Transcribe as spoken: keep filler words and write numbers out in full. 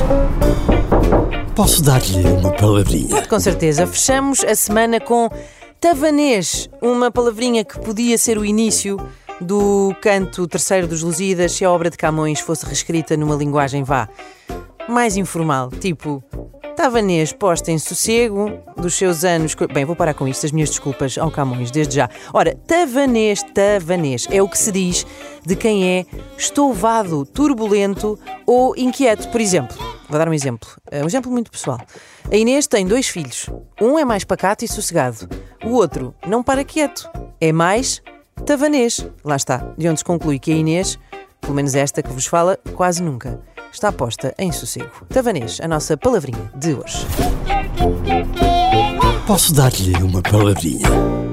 Posso dar-lhe uma palavrinha? Com certeza. Fechamos a semana com tavanês, uma palavrinha que podia ser o início do canto terceiro dos Lusíadas se a obra de Camões fosse reescrita numa linguagem vá mais informal, tipo tavanês posta em sossego dos seus anos... Bem, vou parar com isto, as minhas desculpas ao Camões, desde já. Ora, tavanês, tavanês, é o que se diz de quem é estouvado, turbulento ou inquieto. Por exemplo, vou dar um exemplo, um exemplo muito pessoal. A Inês tem dois filhos. Um é mais pacato e sossegado. O outro não para quieto, é mais tavanês. Lá está, de onde se conclui que a Inês, pelo menos esta que vos fala, quase nunca está posta em sossego. Tavanês, a nossa palavrinha de hoje. Posso dar-lhe uma palavrinha?